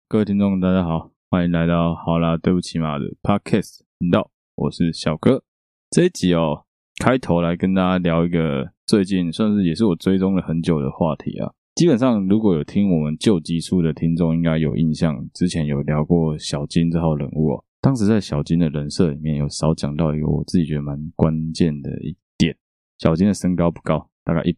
各位听众大家好，欢迎来到好啦对不起嘛的 Podcast 频道，我是小哥。这一集开头来跟大家聊一个最近算是也是我追踪了很久的话题啊。基本上如果有听我们旧集数的听众应该有印象，之前有聊过小金这号人物当时在小金的人设里面有少讲到一个我自己觉得蛮关键的一点。小金的身高不高，大概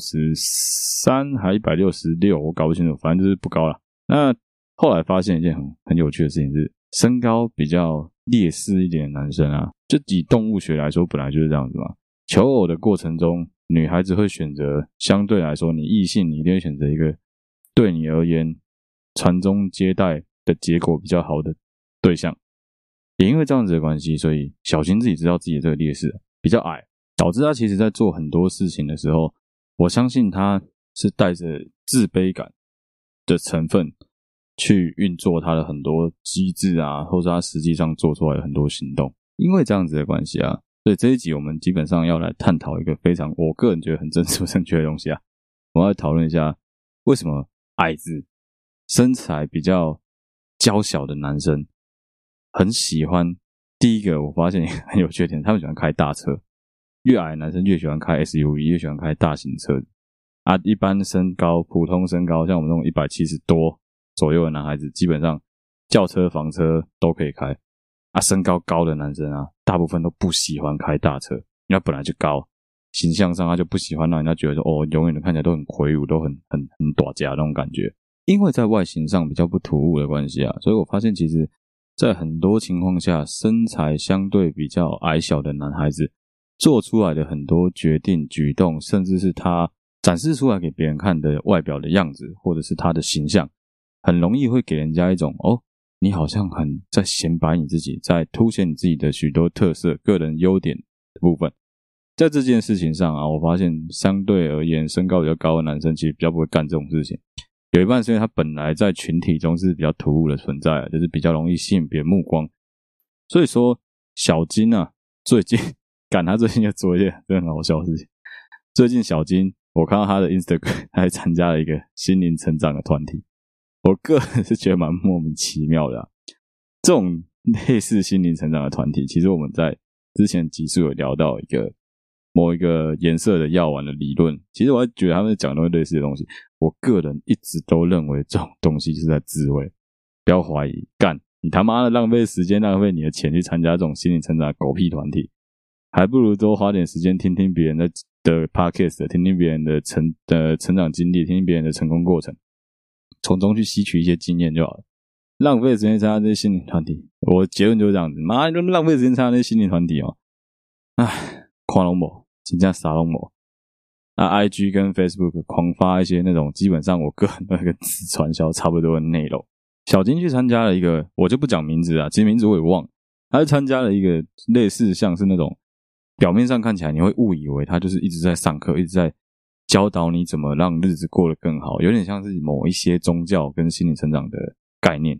163还166，我搞不清楚，反正就是不高啦。那后来发现一件很有趣的事情是，身高比较劣势一点的男生啊，就以动物学来说本来就是这样子嘛。求偶的过程中，女孩子会选择相对来说你异性你一定会选择一个对你而言传宗接代的结果比较好的对象。也因为这样子的关系，所以小金自己知道自己的这个劣势比较矮，导致他其实在做很多事情的时候，我相信他是带着自卑感的成分去运作他的很多机制啊，或者他实际上做出来的很多行动。因为这样子的关系啊，所以这一集我们基本上要来探讨一个非常我个人觉得很政治不正确的东西啊。我们要来讨论一下为什么矮子身材比较娇小的男生很喜欢。第一个我发现很有缺点，他们喜欢开大车，越矮的男生越喜欢开 SUV， 越喜欢开大型车子啊。一般身高普通身高像我们这种170多左右的男孩子，基本上轿车房车都可以开啊。身高高的男生啊，大部分都不喜欢开大车，因为他本来就高，形象上他就不喜欢让人家觉得说永远的看起来都很魁梧，都很大家那种感觉。因为在外形上比较不突兀的关系啊，所以我发现其实在很多情况下，身材相对比较矮小的男孩子做出来的很多决定举动，甚至是他展示出来给别人看的外表的样子，或者是他的形象，很容易会给人家一种你好像很在显摆你自己，在凸显你自己的许多特色个人优点的部分。在这件事情上啊，我发现相对而言身高比较高的男生其实比较不会干这种事情。有一半是因为他本来在群体中是比较突兀的存在，就是比较容易吸引别人目光。所以说小金啊，最近他最近就做一件真的很好笑的事情。最近小金我看到他的 Instagram， 他还参加了一个心灵成长的团体，我个人是觉得蛮莫名其妙的这种类似心灵成长的团体，其实我们在之前集数有聊到某一个颜色的药丸的理论，其实我还觉得他们讲的类似的东西，我个人一直都认为这种东西是在自慰，不要怀疑，干你他妈的浪费时间浪费你的钱去参加这种心灵成长的狗屁团体，还不如多花点时间听听别人的 podcast， 听听别人的成长经历，听听别人的成功过程，从中去吸取一些经验就好了。浪费时间参加这些心灵团体，我结论就是这样子，妈你浪费时间参加这些心灵团体看都没真的啥都没。IG 跟 Facebook 狂发一些那种基本上我个人那个自传销差不多的内容。小金去参加了一个，我就不讲名字其实名字我也忘了，他是参加了一个类似像是那种表面上看起来你会误以为他就是一直在上课，一直在教导你怎么让日子过得更好，有点像是某一些宗教跟心理成长的概念。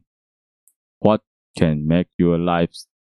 What can make your life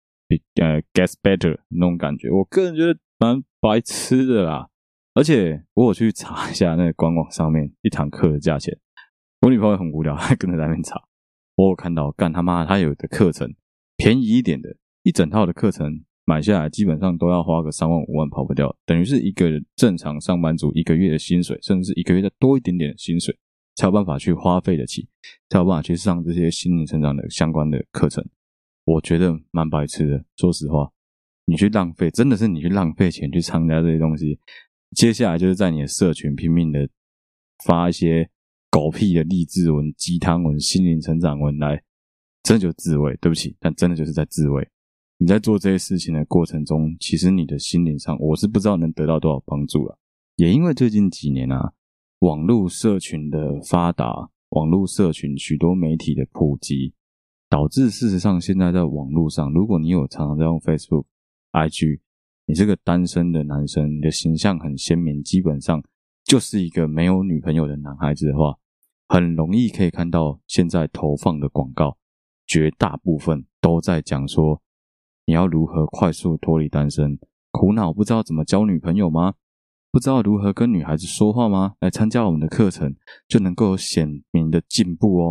get better 那种感觉，我个人觉得蛮白痴的啦。而且我有去查一下那个官网上面一堂课的价钱，我女朋友很无聊，她跟着在那边查，我有看到干他妈他有的课程便宜一点的，一整套的课程买下来基本上都要花个3万5万跑不掉，等于是一个正常上班族一个月的薪水，甚至是一个月再多一点点的薪水才有办法去花费得起，才有办法去上这些心灵成长的相关的课程。我觉得蛮白痴的，说实话，你去浪费，真的是你去浪费钱去参加这些东西，接下来就是在你的社群拼命的发一些狗屁的励志文、鸡汤文、心灵成长文来，真的就是自慰，对不起，但真的就是在自慰。你在做这些事情的过程中，其实你的心灵上我是不知道能得到多少帮助啦。也因为最近几年网络社群的发达，网络社群许多媒体的普及，导致事实上现在在网络上，如果你有常常在用 Facebook、IG， 你是个单身的男生，你的形象很鲜明，基本上就是一个没有女朋友的男孩子的话，很容易可以看到现在投放的广告绝大部分都在讲说你要如何快速脱离单身，苦恼不知道怎么交女朋友吗？不知道如何跟女孩子说话吗？来参加我们的课程就能够有显明的进步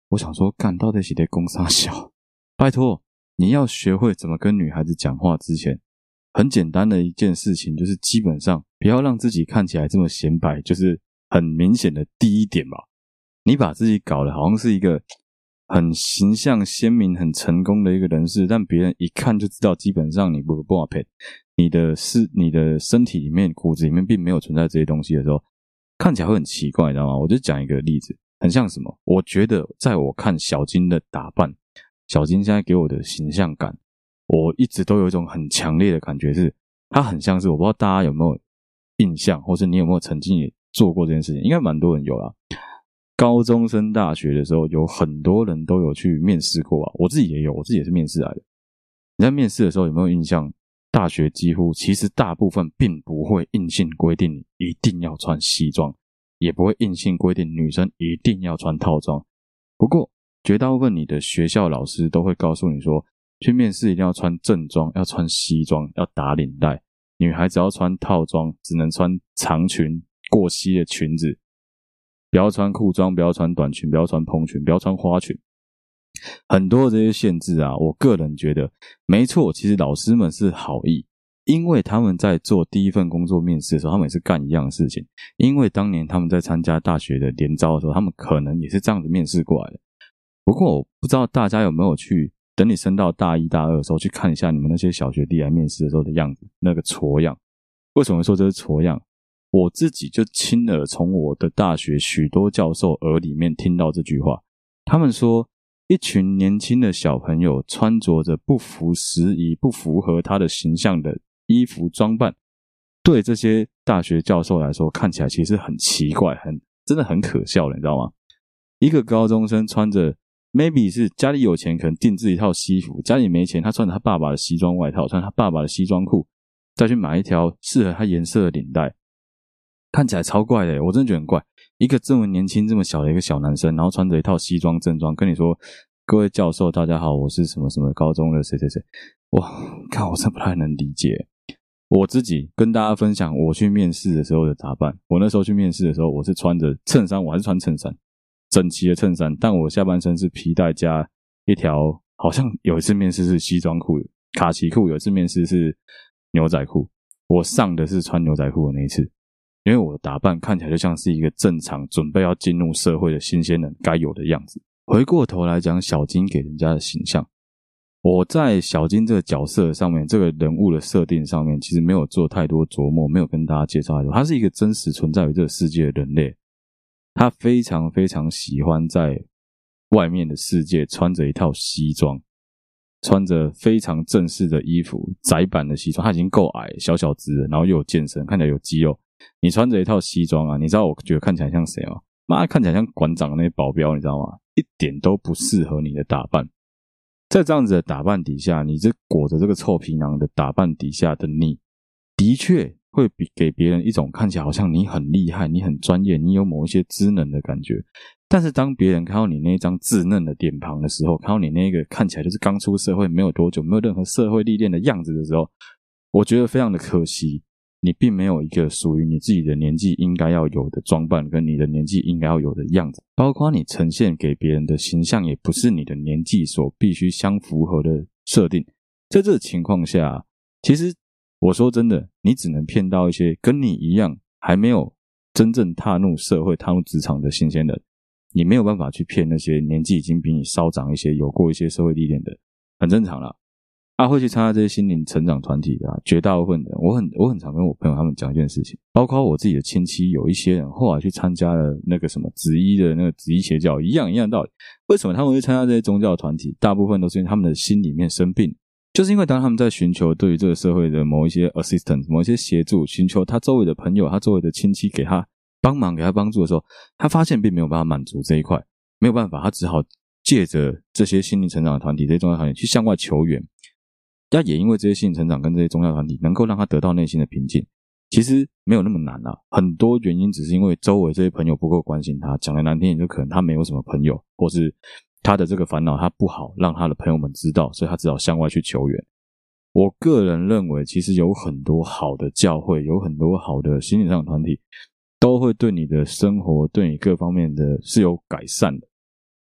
我想说干到底是在攻杀小，拜托你要学会怎么跟女孩子讲话之前，很简单的一件事情就是基本上不要让自己看起来这么显摆，就是很明显的第一点吧。你把自己搞得好像是一个很形象鲜明很成功的一个人士，但别人一看就知道基本上你不好骗，你的身体里面骨子里面并没有存在这些东西的时候，看起来会很奇怪，你知道吗？我就讲一个例子，很像什么，我觉得在我看小金的打扮，小金现在给我的形象感，我一直都有一种很强烈的感觉是他很像是，我不知道大家有没有印象，或是你有没有曾经也做过这件事情，应该蛮多人有啦。高中升大学的时候，有很多人都有去面试过啊，我自己也有，我自己也是面试来的。你在面试的时候有没有印象？大学几乎其实大部分并不会硬性规定你一定要穿西装，也不会硬性规定女生一定要穿套装。不过绝大部分你的学校老师都会告诉你说，去面试一定要穿正装，要穿西装，要打领带，女孩子要穿套装，只能穿长裙，过膝的裙子，不要穿裤装，不要穿短裙，不要穿蓬裙，不要穿花裙。很多的这些限制啊，我个人觉得没错，其实老师们是好意，因为他们在做第一份工作面试的时候，他们也是干一样的事情，因为当年他们在参加大学的联招的时候，他们可能也是这样子面试过来的。不过我不知道大家有没有去等你升到大一大二的时候去看一下你们那些小学弟来面试的时候的样子，那个挫样。为什么说这是挫样？我自己就亲耳从我的大学许多教授耳里面听到这句话，他们说一群年轻的小朋友穿着着不符时宜、不符合他的形象的衣服装扮，对这些大学教授来说看起来其实很奇怪，真的很可笑的，你知道吗？一个高中生穿着 maybe 是家里有钱可能定制一套西服，家里没钱他穿着他爸爸的西装外套，穿他爸爸的西装裤，再去买一条适合他颜色的领带，看起来超怪的，我真的觉得很怪。一个这么年轻这么小的一个小男生，然后穿着一套西装正装跟你说，各位教授大家好，我是什么什么高中的谁谁谁。哇，看我真不太能理解。我自己跟大家分享我去面试的时候的打扮，我那时候去面试的时候，我是穿着衬衫，我还是穿衬衫，整齐的衬衫，但我下半身是皮带加一条，好像有一次面试是西装裤卡其裤，有一次面试是牛仔裤，我上的是穿牛仔裤的那一次，因为我的打扮看起来就像是一个正常准备要进入社会的新鲜人该有的样子。回过头来讲小金给人家的形象，我在小金这个角色上面，这个人物的设定上面其实没有做太多琢磨，没有跟大家介绍太多。他是一个真实存在于这个世界的人类，他非常非常喜欢在外面的世界穿着一套西装，穿着非常正式的衣服，窄版的西装，他已经够矮，小小只了，然后又有健身，看起来有肌肉。你穿着一套西装啊，你知道我觉得看起来像谁吗？妈，看起来像馆长的那些保镖，你知道吗？一点都不适合你的打扮。在这样子的打扮底下，你这裹着这个臭皮囊的打扮底下的你，的确会给别人一种看起来好像你很厉害，你很专业，你有某一些知能的感觉。但是当别人看到你那张稚嫩的脸庞的时候，看到你那个看起来就是刚出社会没有多久，没有任何社会历练的样子的时候，我觉得非常的可惜。你并没有一个属于你自己的年纪应该要有的装扮跟你的年纪应该要有的样子，包括你呈现给别人的形象也不是你的年纪所必须相符合的设定。在这个情况下，其实我说真的，你只能骗到一些跟你一样还没有真正踏入社会踏入职场的新鲜人，你没有办法去骗那些年纪已经比你稍长一些有过一些社会历练的，很正常啦。会去参加这些心灵成长团体的绝大部分人，我很常跟我朋友他们讲一件事情，包括我自己的亲戚，有一些人后来去参加了那个什么紫衣的那个紫衣邪教，一样的道理。为什么他们会参加这些宗教团体？大部分都是因为他们的心里面生病，就是因为当他们在寻求对于这个社会的某一些 assistance 某一些协助，寻求他周围的朋友他周围的亲戚给他帮忙给他帮助的时候，他发现并没有办法满足这一块，没有办法，他只好借着这些心灵成长的团体这些宗教团体去向外求援。但也因为这些心灵成长跟这些宗教团体能够让他得到内心的平静，其实没有那么难啊。很多原因只是因为周围这些朋友不够关心他，讲的难听点就可能他没有什么朋友，或是他的这个烦恼他不好让他的朋友们知道，所以他只好向外去求援。我个人认为其实有很多好的教会，有很多好的心灵成长团体都会对你的生活对你各方面的是有改善的，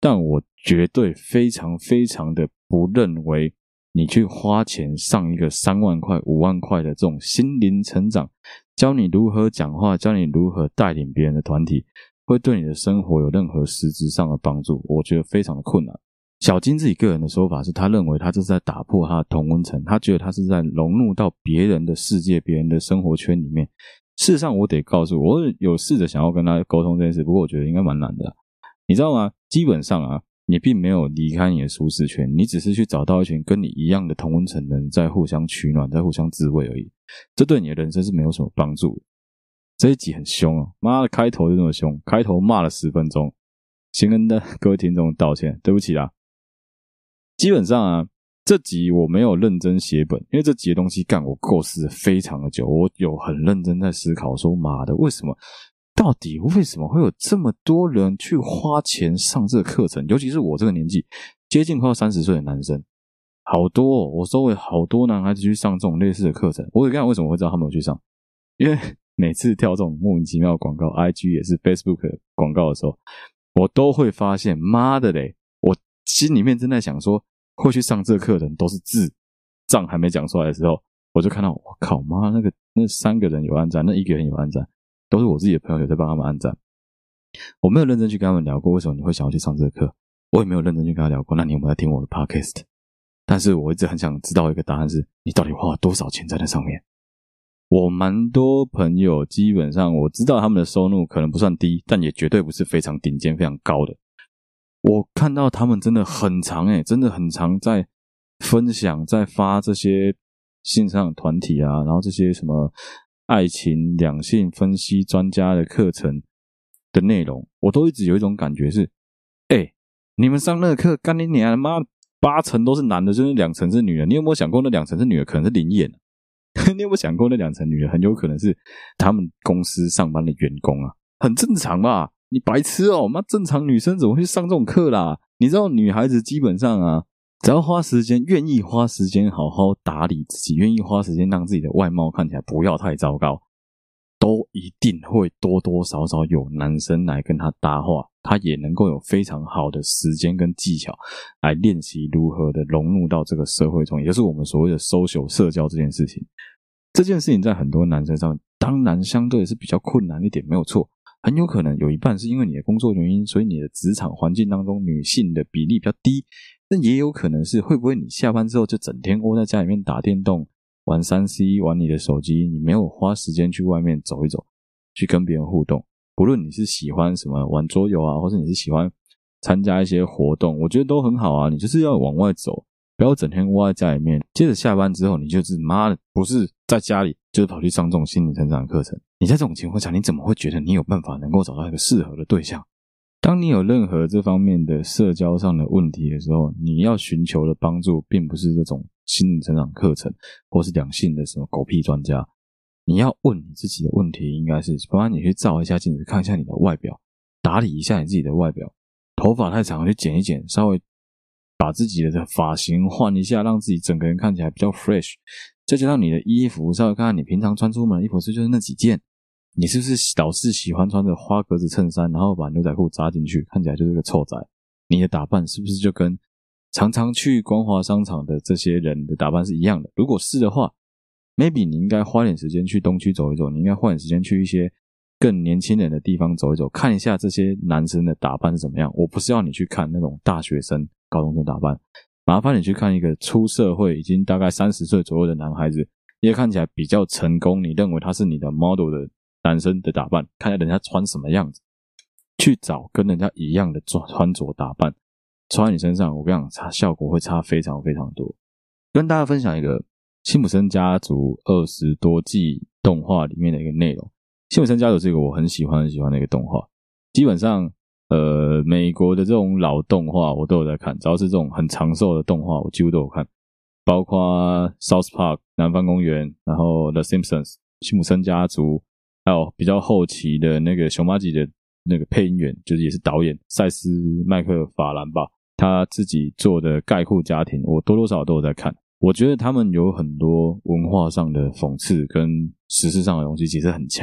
但我绝对非常非常的不认为你去花钱上一个3万块5万块的这种心灵成长，教你如何讲话，教你如何带领别人的团体，会对你的生活有任何实质上的帮助，我觉得非常的困难。小金自己个人的说法是，他认为他这是在打破他的同温层，他觉得他是在融入到别人的世界，别人的生活圈里面。事实上我得告诉我有试着想要跟他沟通这件事，不过我觉得应该蛮难的啊。你知道吗？基本上啊，你并没有离开你的舒适圈，你只是去找到一群跟你一样的同温层的人，在互相取暖，在互相自慰而已。这对你的人生是没有什么帮助的。这一集很凶哦，妈的，开头就这么凶，开头骂了10分钟，先跟各位听众道歉，对不起啦。基本上啊，这集我没有认真写本，因为这集的东西干我构思的非常的久，我有很认真在思考说，妈的，到底为什么会有这么多人去花钱上这个课程？尤其是我这个年纪，接近快要30岁的男生，好多哦，我周围好多男孩子去上这种类似的课程。我跟你讲为什么会知道他们有去上，因为每次跳这种莫名其妙的广告 IG 也是 Facebook 的广告的时候，我都会发现妈的嘞，我心里面正在想说会去上这个课的人都是字账还没讲出来的时候，我就看到我靠妈，那3个人有按赞，那1个人有按赞，都是我自己的朋友有在帮他们按赞。我没有认真去跟他们聊过为什么你会想要去上这个课，我也没有认真去跟他聊过那你有没有在听我的 podcast。 但是我一直很想知道一个答案是，你到底花了多少钱在那上面。我蛮多朋友基本上我知道他们的收入可能不算低，但也绝对不是非常顶尖非常高的。我看到他们真的很常真的很常在分享，在发这些线上团体啊，然后这些什么爱情两性分析专家的课程的内容，我都一直有一种感觉是你们上那个课干你娘的妈，8成都是男的，就是2成是女的。你有没有想过那2成是女的可能是灵眼你有没有想过那2成女的很有可能是他们公司上班的员工啊？很正常吧？你白痴哦，妈，正常女生怎么会去上这种课啦？你知道女孩子基本上啊，只要花时间，愿意花时间好好打理自己，愿意花时间让自己的外貌看起来不要太糟糕，都一定会多多少少有男生来跟他搭话，他也能够有非常好的时间跟技巧来练习如何的融入到这个社会中，也就是我们所谓的 social 社交这件事情。这件事情在很多男生上当然相对是比较困难一点，没有错。很有可能有一半是因为你的工作原因，所以你的职场环境当中女性的比例比较低，但也有可能是会不会你下班之后就整天窝在家里面打电动玩 3C 玩你的手机，你没有花时间去外面走一走，去跟别人互动。不论你是喜欢什么玩桌游啊，或是你是喜欢参加一些活动，我觉得都很好啊，你就是要往外走，不要整天窝在家里面。接着下班之后你就是妈的不是在家里就是跑去上这种心理成长的课程。你在这种情况下你怎么会觉得你有办法能够找到一个适合的对象？当你有任何这方面的社交上的问题的时候，你要寻求的帮助并不是这种心理成长课程或是两性的什么狗屁专家。你要问你自己的问题应该是帮帮你去照一下镜子，看一下你的外表，打理一下你自己的外表，头发太长去剪一剪，稍微把自己的发型换一下，让自己整个人看起来比较 fresh。 再加上你的衣服，稍微看看你平常穿出门的衣服是就是那几件，你是不是老是喜欢穿着花格子衬衫，然后把牛仔裤扎进去，看起来就是个臭仔？你的打扮是不是就跟常常去光华商场的这些人的打扮是一样的？如果是的话， maybe 你应该花点时间去东区走一走，你应该花点时间去一些更年轻人的地方走一走，看一下这些男生的打扮是怎么样。我不是要你去看那种大学生高中生打扮，麻烦你去看一个出社会已经大概30岁左右的男孩子，也看起来比较成功，你认为他是你的 model 的男生的打扮，看下人家穿什么样子，去找跟人家一样的穿着打扮，穿在你身上，我跟你讲，效果会差非常非常多。跟大家分享一个辛普森家族20多季动画里面的一个内容。辛普森家族是一个我很喜欢的一个动画，基本上美国的这种老动画我都有在看，只要是这种很长寿的动画我几乎都有看，包括 South Park 南方公园，然后 The Simpsons 辛普森家族，还有比较后期的那个熊麻吉的那个配音员，就是也是导演塞斯麦克法兰吧，他自己做的概括家庭我多多少少都有在看。我觉得他们有很多文化上的讽刺跟时事上的东西其实很强的，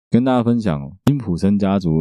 跟大家分享辛普森家族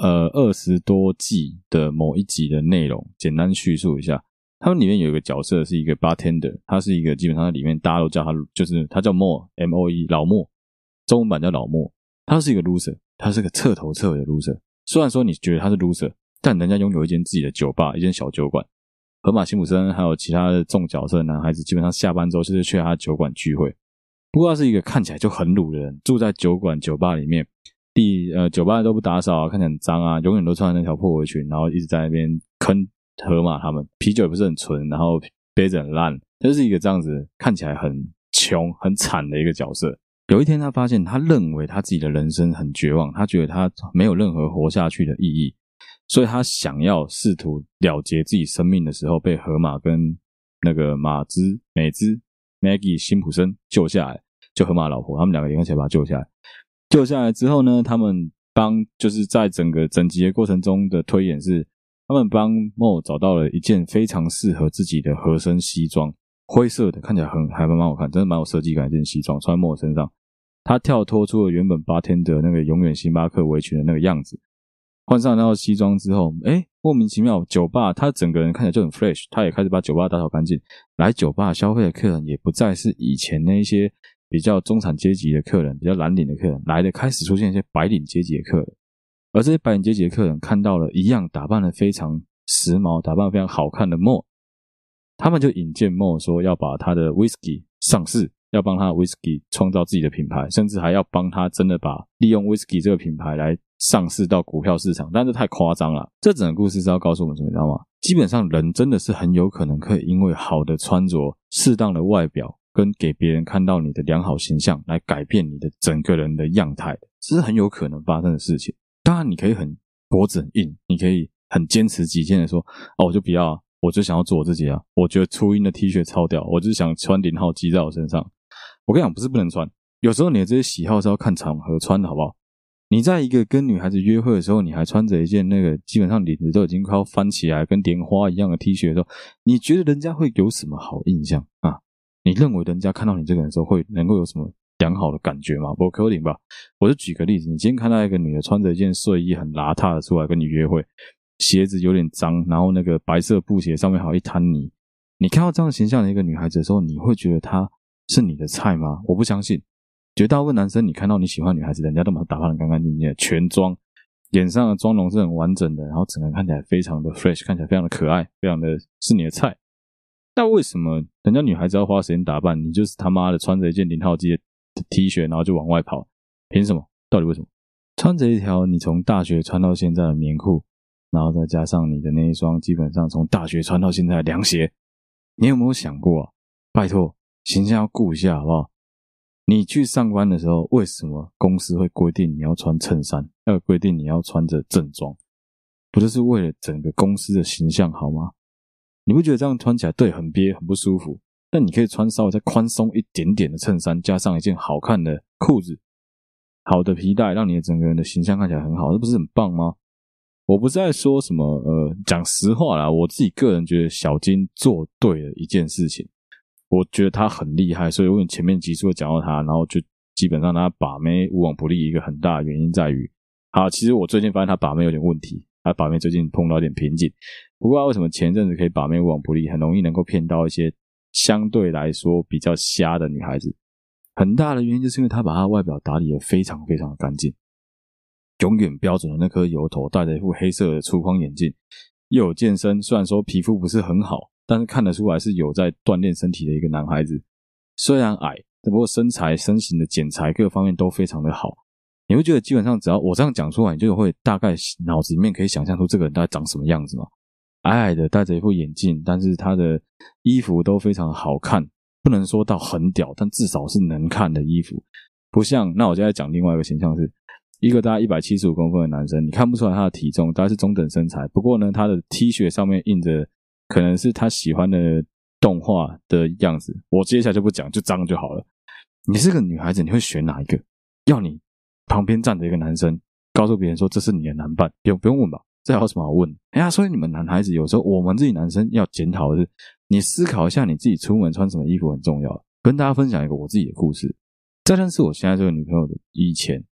20多季的某一集的内容，简单叙述一下。他们里面有一个角色是一个 bartender， 他是一个基本上在里面大家都叫他，就是他叫莫 M-O-E 老莫，中文版叫老莫。他是一个 loser， 他是个彻头彻尾的 loser。虽然说你觉得他是 loser， 但人家拥有一间自己的酒吧，一间小酒馆。河马辛普森还有其他的重角色的男孩子，基本上下班之后就是去他的酒馆聚会。不过他是一个看起来就很鲁的人，住在酒吧里面，酒吧都不打扫啊，看起来很脏啊，永远都穿那条破围裙，然后一直在那边坑河马他们，啤酒也不是很纯，然后杯子很烂，就是一个这样子看起来很穷很惨的一个角色。有一天他发现他认为他自己的人生很绝望，他觉得他没有任何活下去的意义，所以他想要试图了结自己生命的时候，被河马跟那个美兹 Maggie 辛普森救下来，就河马老婆，他们两个联合起来把他救下来。救下来之后呢，他们就是在整集的过程中的推演是，他们帮 Mo 找到了一件非常适合自己的合身西装，灰色的，看起来还蛮好看，真的蛮有设计感的一件西装，穿在 Mo 身上。他跳脱出了原本bartender那个永远星巴克围裙的那个样子，换上那套西装之后，莫名其妙，酒吧他整个人看起来就很 fresh， 他也开始把酒吧打扫干净。来酒吧消费的客人也不再是以前那些比较中产阶级的客人，比较蓝领的客人，来的开始出现一些白领阶级的客人。而这些白领阶级的客人看到了一样打扮得非常时髦、打扮得非常好看的 Mo， 他们就引荐 Mo 说要把他的 whisky 上市，要帮他的 whisky 创造自己的品牌，甚至还要帮他真的利用 whisky 这个品牌来上市到股票市场，但这太夸张了。这整个故事是要告诉我们什么，你知道吗？基本上人真的是很有可能可以因为好的穿着、适当的外表跟给别人看到你的良好形象来改变你的整个人的样态的，这是很有可能发生的事情。当然你可以很脖子很硬，你可以很坚持己见的说，我就不要啊，我就想要做我自己啊，我觉得初音的 T 恤超屌，我就是想穿0号机在我身上。我跟你讲，不是不能穿，有时候你的这些喜好是要看场合穿的，好不好？你在一个跟女孩子约会的时候，你还穿着一件那个基本上领子都已经快要翻起来跟莲花一样的 T 恤的时候，你觉得人家会有什么好印象啊？你认为人家看到你这个人的时候会能够有什么良好的感觉吗？不可能吧。我就举个例子，你今天看到一个女的穿着一件睡衣很邋遢的出来跟你约会，鞋子有点脏，然后那个白色布鞋上面还有一滩泥，你看到这样形象的一个女孩子的时候，你会觉得她是你的菜吗？我不相信。绝大部分男生你看到你喜欢的女孩子，人家都把她打扮得干干净净的，全妆，脸上的妆容是很完整的，然后整个人看起来非常的 fresh， 看起来非常的可爱，非常的是你的菜。那为什么人家女孩子要花时间打扮，你就是他妈的穿着一件0号机的 T 恤然后就往外跑？凭什么？到底为什么？穿着一条你从大学穿到现在的棉裤，然后再加上你的那一双基本上从大学穿到现在的凉鞋，你有没有想过啊？拜托，形象要顾一下好不好？你去上班的时候，为什么公司会规定你要穿衬衫，要规定你要穿着正装？不就是为了整个公司的形象好吗？你不觉得这样穿起来对很憋很不舒服？但你可以穿稍微再宽松一点点的衬衫，加上一件好看的裤子，好的皮带，让你的整个人的形象看起来很好，这不是很棒吗？我不是在说什么讲实话啦，我自己个人觉得小金做对了一件事情，我觉得他很厉害，所以我前面集数讲到他，然后就基本上他把妹无往不利，一个很大的原因在于，其实我最近发现他把妹有点问题，他把妹最近碰到一点瓶颈。不过他为什么前阵子可以把妹无往不利，很容易能够骗到一些相对来说比较瞎的女孩子，很大的原因就是因为他把他的外表打理得非常非常的干净，永远标准的那颗油头，戴着一副黑色的粗框眼镜，又有健身，虽然说皮肤不是很好，但是看得出来是有在锻炼身体的一个男孩子。虽然矮，不过身材身形的剪裁各方面都非常的好。你会觉得基本上只要我这样讲出来，你就会大概脑子里面可以想象出这个人大概长什么样子嘛。矮矮的，戴着一副眼镜，但是他的衣服都非常好看，不能说到很屌，但至少是能看的衣服。不像，那我就在讲另外一个形象是，一个大概175公分的男生，你看不出来他的体重，大概是中等身材，不过呢他的 T 恤上面印着可能是他喜欢的动画的样子，我接下来就不讲，就脏就好了。你是个女孩子，你会选哪一个？要你旁边站着一个男生告诉别人说这是你的男伴，不用问吧，这还有什么好问？所以你们男孩子有时候我们自己男生要检讨的是，你思考一下你自己出门穿什么衣服很重要。跟大家分享一个我自己的故事，在认识我现在这个女朋友的以前，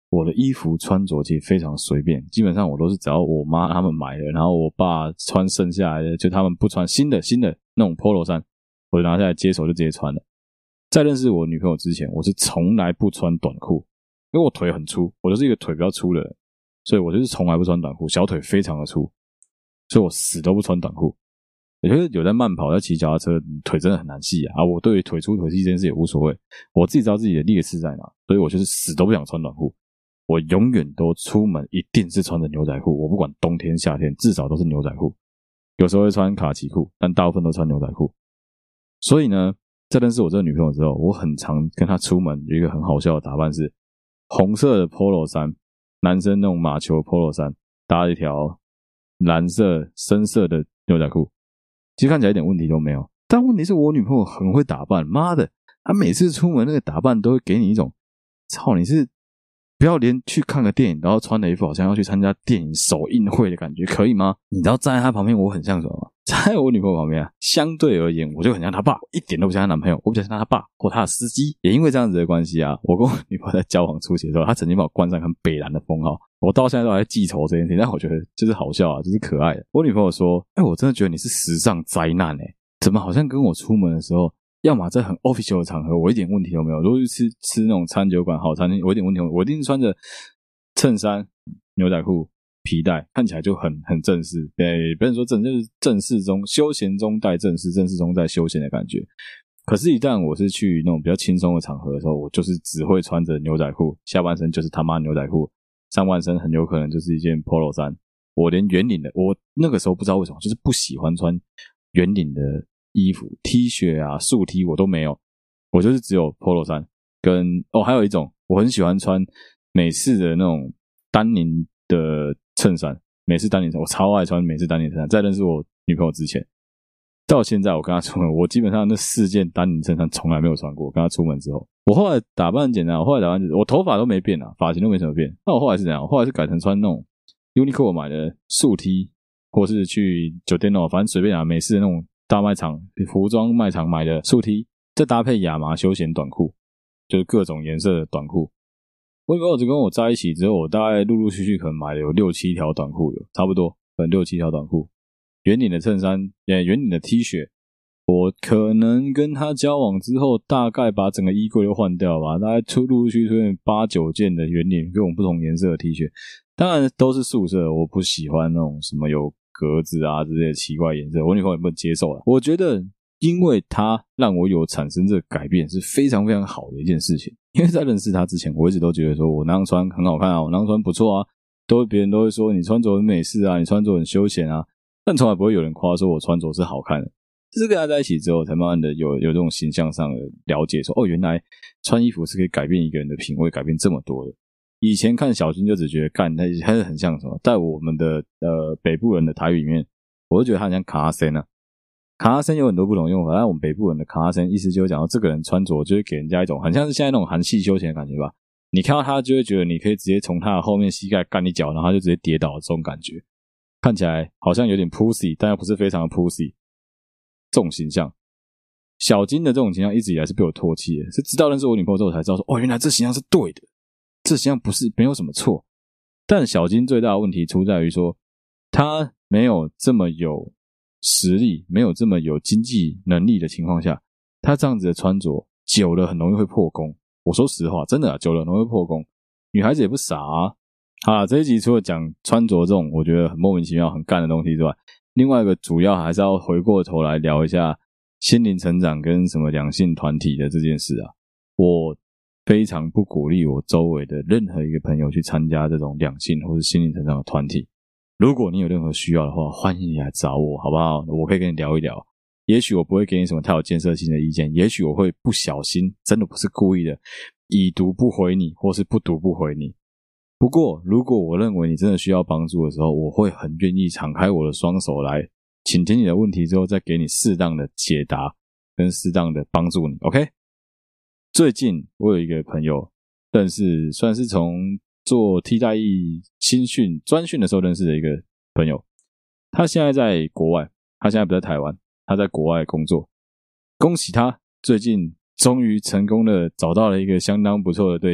我的衣服穿着其实非常随便，基本上我都是只要我妈他们买的，然后我爸穿剩下来的，就他们不穿新的那种 polo 衫，我就拿下来接手就直接穿了。在认识我女朋友之前，我是从来不穿短裤，因为我腿很粗，我就是一个腿比较粗的人，所以我就是从来不穿短裤，小腿非常的粗，所以我死都不穿短裤。我觉得有在慢跑在骑脚踏车腿真的很难细啊，我对于腿粗腿细这件事也无所谓，我自己知道自己的劣势在哪，所以我就是死都不想穿短裤。我永远都出门一定是穿着牛仔裤，我不管冬天夏天至少都是牛仔裤，有时候会穿卡其裤，但大部分都穿牛仔裤。所以呢，在认识我这个女朋友之后，我很常跟她出门，有一个很好笑的打扮是红色的 polo 衫，男生那种马球 polo 衫，搭一条蓝色深色的牛仔裤，其实看起来一点问题都没有。但问题是我女朋友很会打扮，妈的，她每次出门那个打扮都会给你一种操你是不要连去看个电影然后穿了一副好像要去参加电影首映会的感觉，可以吗？你知道站在她旁边我很像什么吗？在我女朋友旁边啊，相对而言我就很像她爸，一点都不像她男朋友，我比较像她爸或她的司机。也因为这样子的关系啊，我跟我女朋友在交往初期的时候，她曾经把我冠上很北蓝的封号，我到现在都还在记仇这件事情，但我觉得就是好笑啊，就是可爱的。我女朋友说我真的觉得你是时尚灾难怎么好像跟我出门的时候要么在很 official 的场合我一点问题都没有，如果是吃那种餐酒馆好餐厅我一点问题都没有，我一定是穿着衬衫牛仔裤皮带，看起来就很正式，不能说正，就是正式中休闲中带正式，正式中带休闲的感觉。可是一旦我是去那种比较轻松的场合的时候，我就是只会穿着牛仔裤，下半身就是他妈牛仔裤，上半身很有可能就是一件 polo 衫。我连圆领的，我那个时候不知道为什么就是不喜欢穿圆领的衣服 T 恤啊素 T 我都没有，我就是只有 polo 衫跟还有一种我很喜欢穿美式的那种丹宁的衬衫，美式丹宁衬衫，我超爱穿美式丹宁衬衫。在认识我女朋友之前到现在我跟她出门，我基本上那4件丹宁衬衫从来没有穿过。跟她出门之后，我后来打扮很简单，我头发都没变啊，发型都没什么变。那我后来是怎样？我后来是改成穿那种 Uniqlo 买的素 T， 或是去酒店反正随便美式的那种大卖场服装卖场买的素 T， 再搭配亚麻休闲短裤，就是各种颜色的短裤。我女朋友只跟我在一起之后，我大概陆陆续续可能买了有6-7条短裤，有差不多可能6-7条短裤，圆领的衬衫，圆领的 T 恤。我可能跟她交往之后，大概把整个衣柜都换掉吧，大概陆陆续续出现8-9件的圆领，各种不同颜色的 T 恤，当然都是素色，我不喜欢那种什么有格子啊之类的奇怪颜色，我女朋友也不能接受啦。我觉得因为她让我有产生这个改变是非常非常好的一件事情。因为在认识她之前，我一直都觉得说我那样穿很好看啊，我那样穿不错啊，别人都会说你穿着很美式啊，你穿着很休闲啊，但从来不会有人夸说我穿着是好看的。就是跟她在一起之后，才慢慢的有这种形象上的了解说原来穿衣服是可以改变一个人的品味，改变这么多的。以前看小金就只觉得干他是很像什么，在我们的北部人的台语里面，我就觉得他很像卡森啊。卡森有很多不同用法，但我们北部人的卡森意思就是讲到这个人穿着就会给人家一种很像是现在那种韩系休闲的感觉吧。你看到他就会觉得你可以直接从他的后面膝盖干一脚，然后他就直接跌倒的这种感觉，看起来好像有点 pussy， 但又不是非常的 pussy。这种形象，小金的这种形象一直以来是被我唾弃的，是直到认识我女朋友之后我才知道说原来这形象是对的，这形象不是没有什么错。但小金最大的问题出在于说他没有这么有实力，没有这么有经济能力的情况下，他这样子的穿着久了很容易会破功。我说实话，真的久了很容易会破功。女孩子也不傻啊。好啦，这一集除了讲穿着这种我觉得很莫名其妙很干的东西之外，另外一个主要还是要回过头来聊一下心灵成长跟什么两性团体的这件事啊。我非常不鼓励我周围的任何一个朋友去参加这种两性或是心灵成长的团体。如果你有任何需要的话，欢迎你来找我好不好？我可以跟你聊一聊，也许我不会给你什么太有建设性的意见，也许我会不小心，真的不是故意的，已读不回你或是不读不回你。不过如果我认为你真的需要帮助的时候，我会很愿意敞开我的双手来倾听你的问题之后，再给你适当的解答跟适当的帮助你 OK。 最近我有一个朋友认识，算是从做替代役新训专训的时候认识的一个朋友，他现在在国外，他现在不在台湾，他在国外工作。恭喜他最近终于成功的找到了一个相当不错的对象，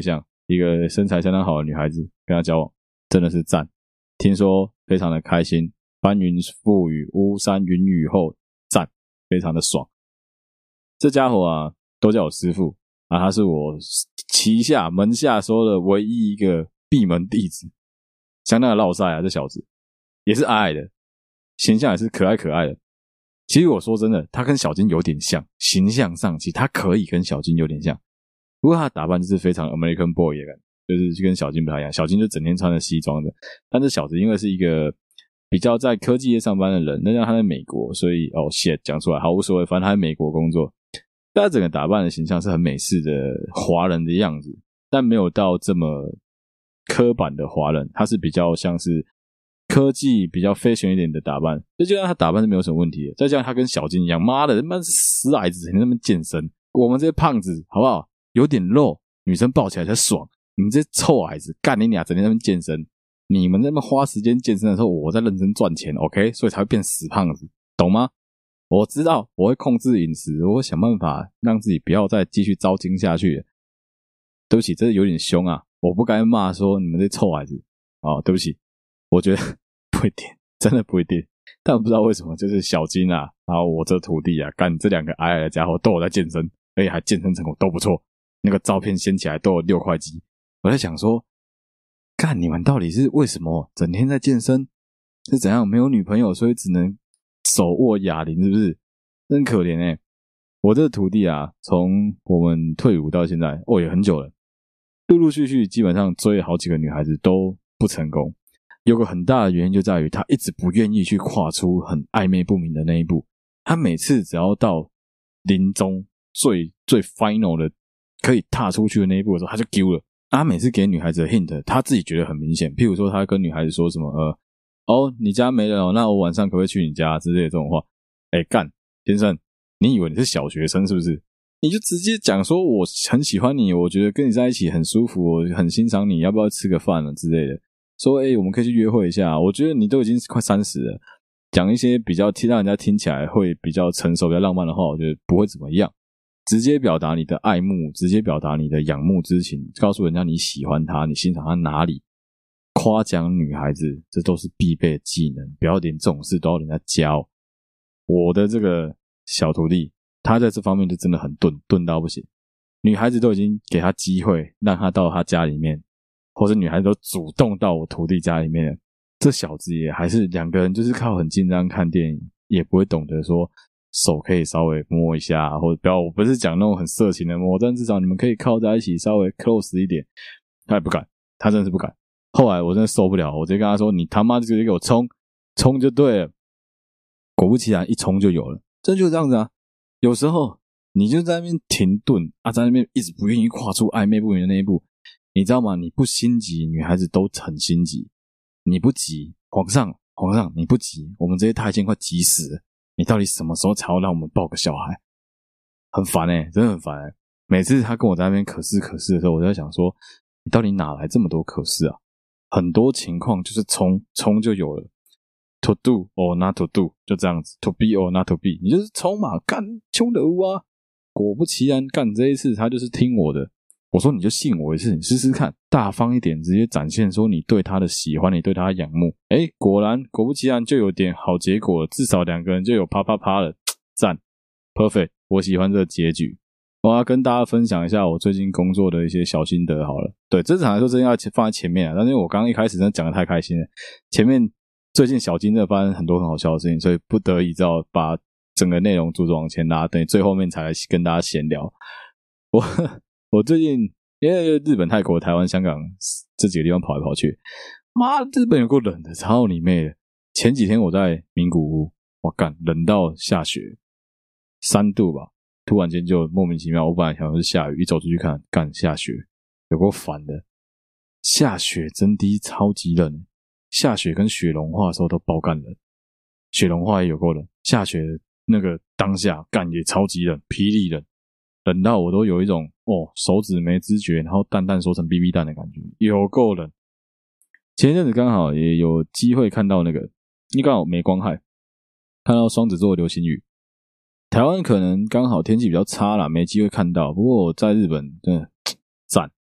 一个身材相当好的女孩子跟他交往，真的是赞。听说非常的开心，翻云覆雨，巫山云雨后，赞，非常的爽。这家伙啊，都叫我师父啊，他是我旗下门下说的唯一一个闭门弟子，相当的落赛啊，这小子也是矮矮的，形象也是可爱可爱的。其实我说真的，他跟小金有点像，形象上其实他可以跟小金有点像，不过他的打扮就是非常 American boy 的感觉，就是跟小金不太一样。小金就整天穿着西装的，但这小子因为是一个比较在科技业上班的人，那他在美国，所以shit 讲出来好无所谓，反正他在美国工作。他整个打扮的形象是很美式的华人的样子，但没有到这么刻板的华人，他是比较像是科技比较 fashion 一点的打扮，就让他打扮是没有什么问题的。再加上他跟小金一样，妈的，他妈是死矮子，整天在那边健身。我们这些胖子好不好？有点肉，女生抱起来才爽。你们这些臭矮子，干你俩整天在那边健身。你们在那边花时间健身的时候，我在认真赚钱 ，OK？ 所以才会变死胖子，懂吗？我知道我会控制饮食，我会想办法让自己不要再继续糟精下去了。对不起，这有点凶啊，我不该骂说你们这臭孩子对不起，我觉得不一定，真的不一定。但我不知道为什么，就是小金啊，然后我这徒弟啊，干这两个矮矮的家伙都有在健身，而且还健身成果都不错，那个照片掀起来都有6块肌。我在想说，干你们到底是为什么整天在健身？是怎样没有女朋友，所以只能手握哑铃，是不是？真可怜欸。我这个徒弟啊，从我们退伍到现在，也很久了，陆陆续续基本上追了好几个女孩子都不成功。有个很大的原因就在于他一直不愿意去跨出很暧昧不明的那一步。他每次只要到临终最 final 的可以踏出去的那一步的时候，他就丢了。他每次给女孩子的 hint， 他自己觉得很明显。譬如说，他跟女孩子说什么你家没人那我晚上可不可以去你家之类的这种话。干先生，你以为你是小学生是不是？你就直接讲说我很喜欢你，我觉得跟你在一起很舒服，我很欣赏你，要不要吃个饭了之类的。说我们可以去约会一下，我觉得你都已经快30了，讲一些比较让人家听起来会比较成熟比较浪漫的话，我觉得不会怎么样。直接表达你的爱慕，直接表达你的仰慕之情，告诉人家你喜欢他，你欣赏他哪里，夸奖女孩子，这都是必备的技能，不要连这种事都要人家教。我的这个小徒弟，他在这方面就真的很钝到不行。女孩子都已经给他机会，让他到他家里面，或者女孩子都主动到我徒弟家里面了，这小子也还是两个人就是靠很紧张看电影，也不会懂得说手可以稍微摸一下，或者不要，我不是讲那种很色情的摸，但至少你们可以靠在一起稍微 close 一点。他也不敢，他真的是不敢。后来我真的受不了，我直接跟他说，你他妈就直接给我冲就对了。果不其然，一冲就有了。真就这样子啊，有时候你就在那边停顿啊，在那边一直不愿意跨出暧昧不明的那一步，你知道吗？你不心急，女孩子都很心急。你不急，皇上你不急，我们这些太监快急死了。你到底什么时候才要让我们抱个小孩？很烦真的很烦每次他跟我在那边可是的时候，我就在想说，你到底哪来这么多可是啊？很多情况就是冲就有了。To do or not to do， 就这样子。To be or not to be， 你就是冲嘛，干冲的屋啊！果不其然，干这一次他就是听我的。我说你就信我一次，你试试看，大方一点，直接展现说你对他的喜欢，你对他的仰慕。果不其然就有点好结果了，至少两个人就有啪啪啪了，赞 ，perfect， 我喜欢这个结局。我要跟大家分享一下我最近工作的一些小心得好了。对，这场来说真的要放在前面但是因为我刚刚一开始真的讲得太开心了，前面最近小金真的发生很多很好笑的事情，所以不得已只好把整个内容逐渐往前拉，等于最后面才来跟大家闲聊。我最近因为日本、泰国、台湾、香港这几个地方跑来跑去，妈，日本有够冷的，操你妹的！前几天我在名古屋，我干冷到下雪，3度吧，突然间就莫名其妙，我本来想的是下雨，一走出去看，干下雪，有够烦的。下雪真的超级冷，下雪跟雪融化的时候都爆干冷，雪融化也有够冷，下雪那个当下干也超级冷，霹雳冷，冷到我都有一种手指没知觉，然后蛋蛋缩成 BB 蛋的感觉，有够冷。前一阵子刚好也有机会看到那个，因为刚好没光害，看到双子座的流星雨。台湾可能刚好天气比较差啦，没机会看到。不过我在日本真的赞，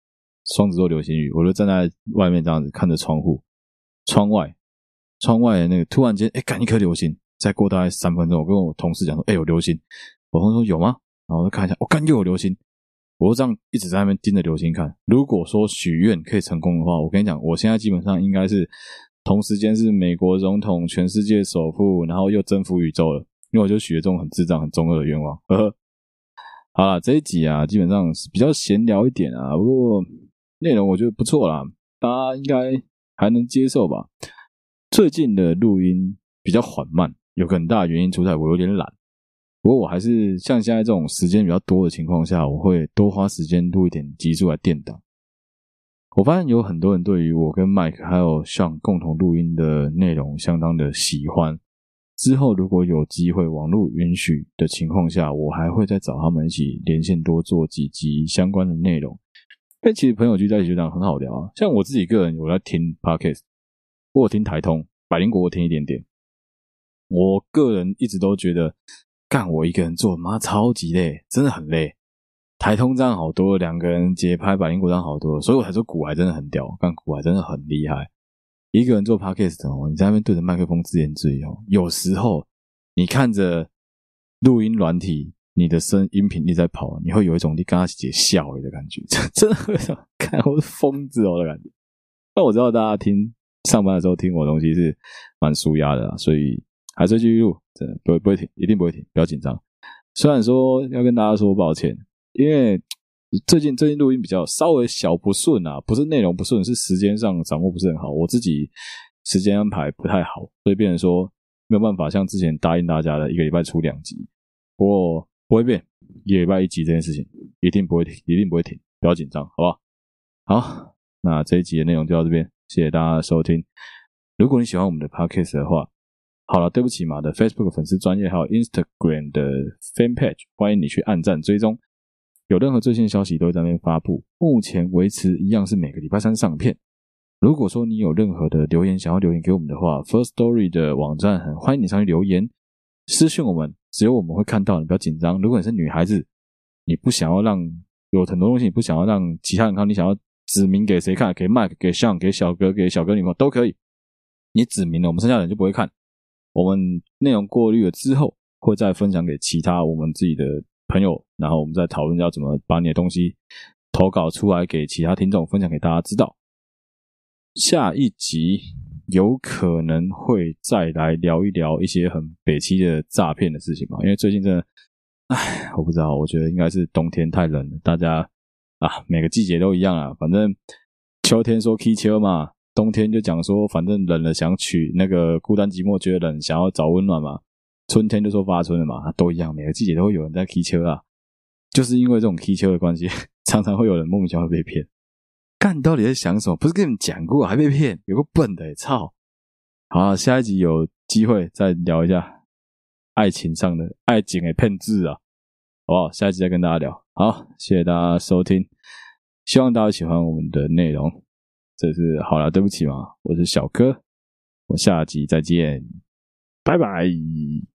双子座流星雨，我就站在外面这样子看着窗户，窗外的那个突然间干一颗流星，再过大概3分钟，我跟我同事讲说有流星，我同事说有吗？然后我就看一下，干又有流星，我就这样一直在那边盯着流星看。如果说许愿可以成功的话，我跟你讲，我现在基本上应该是同时间是美国总统、全世界首富，然后又征服宇宙了，因为我就许了这种很智障很中二的愿望。好啦，这一集啊基本上是比较闲聊一点啊，不过内容我觉得不错啦，大家应该还能接受吧。最近的录音比较缓慢，有个很大的原因出在我有点懒，不过我还是像现在这种时间比较多的情况下，我会多花时间录一点集数来垫档。我发现有很多人对于我跟 Mike 还有 Sean 共同录音的内容相当的喜欢，之后如果有机会网络允许的情况下，我还会再找他们一起连线多做几集相关的内容。因为其实朋友聚在一起就这样很好聊啊，像我自己个人有在听 Podcast， 我有听台通百灵果，我听一点点。我个人一直都觉得干我一个人做妈超级累，真的很累。台通这样好多，2个人节拍百灵果这样好多，所以我才说股海真的很屌，干股海真的很厉害。一个人做 podcast 你在那边对着麦克风自言自语有时候你看着录音软体，你的音频一直在跑，你会有一种你跟他一起笑的感觉，真的会看我是疯子的感觉。但我知道大家上班的时候听我的东西是蛮舒压的啦，所以还是继续录，真的不会停，一定不会停，不要紧张。虽然说要跟大家说抱歉，因为最近录音比较稍微小不顺啊，不是内容不顺，是时间上掌握不是很好，我自己时间安排不太好，所以变成说没有办法像之前答应大家的1个礼拜出2集，不过不会变，1个礼拜1集这件事情一定不会停，一定不会停，不要紧张，好不好？好，那这一集的内容就到这边，谢谢大家的收听。如果你喜欢我们的 podcast 的话，好了，对不起嘛的 Facebook 粉丝专页还有 Instagram 的 fan page， 欢迎你去按赞追踪。有任何最新消息都会在那边发布，目前维持一样是每个礼拜3上片。如果说你有任何的留言想要留言给我们的话， First Story 的网站很欢迎你上去留言，私讯我们，只有我们会看到，你不要紧张。如果你是女孩子，你不想要让有很多东西你不想要让其他人看，你想要指明给谁看，给 Mike 给 Sean 给小哥给小哥女朋友都可以，你指明了我们剩下的人就不会看，我们内容过滤了之后会再分享给其他我们自己的朋友，然后我们再讨论要怎么把你的东西投稿出来给其他听众分享给大家知道。下一集有可能会再来聊一聊一些很北七的诈骗的事情嘛，因为最近真的我不知道，我觉得应该是冬天太冷了，大家每个季节都一样啦，反正秋天说起秋嘛，冬天就讲说反正冷了想取那个孤单寂寞觉得冷想要找温暖嘛，春天就说发春了嘛，都一样，每个季节都会有人在起秋啦，就是因为这种起秋的关系，常常会有人莫名其妙被骗。干，你到底在想什么？不是跟你们讲过还被骗，有个笨的操！好，下一集有机会再聊一下爱情上的爱情的骗子啊，好不好？下一集再跟大家聊。好，谢谢大家收听，希望大家喜欢我们的内容。这是好啦，对不起嘛，我是小哥，我下集再见，拜拜。